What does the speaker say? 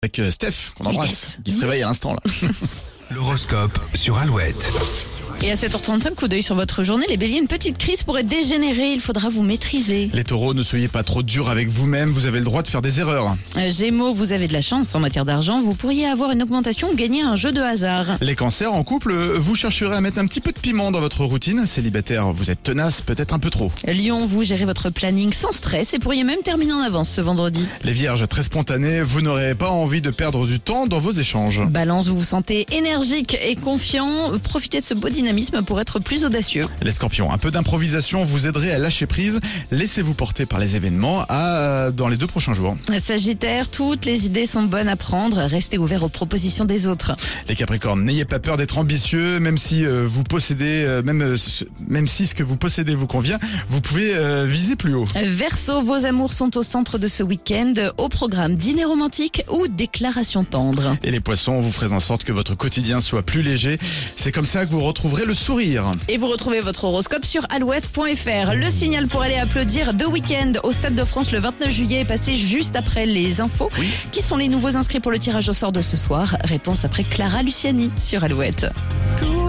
Avec Steph, qu'on embrasse, qui se réveille à l'instant là. L'horoscope sur Alouette. Et à 7h35, coup d'œil sur votre journée. Les béliers, une petite crise pourrait dégénérer. Il faudra vous maîtriser. Les taureaux, ne soyez pas trop durs avec vous-même, vous avez le droit de faire des erreurs. Gémeaux, vous avez de la chance en matière d'argent. Vous pourriez avoir une augmentation ou gagner un jeu de hasard. Les cancers, en couple, vous chercherez à mettre un petit peu de piment dans votre routine. Célibataire, vous êtes tenace, peut-être un peu trop. Lion, vous gérez votre planning sans stress et pourriez même terminer en avance ce vendredi. Les vierges, très spontanés, vous n'aurez pas envie de perdre du temps dans vos échanges. Balance, vous vous sentez énergique et confiant. Profitez de ce beau dynamisme pour être plus audacieux. Les scorpions, un peu d'improvisation vous aiderait à lâcher prise. Laissez-vous porter par les événements dans les 2 prochains jours. Sagittaire, toutes les idées sont bonnes à prendre. Restez ouvert aux propositions des autres. Les capricornes, n'ayez pas peur d'être ambitieux, même si vous possédez, même si ce que vous possédez vous convient, vous pouvez viser plus haut. Verseau, vos amours sont au centre de ce week-end. Au programme dîner romantique ou déclaration tendre. Et les poissons, vous ferez en sorte que votre quotidien soit plus léger. C'est comme ça que vous retrouverez le sourire. Et vous retrouvez votre horoscope sur alouette.fr. Le signal pour aller applaudir The Weeknd au Stade de France le 29 juillet est passé juste après les infos. Oui. Qui sont les nouveaux inscrits pour le tirage au sort de ce soir? Réponse après Clara Luciani sur Alouette.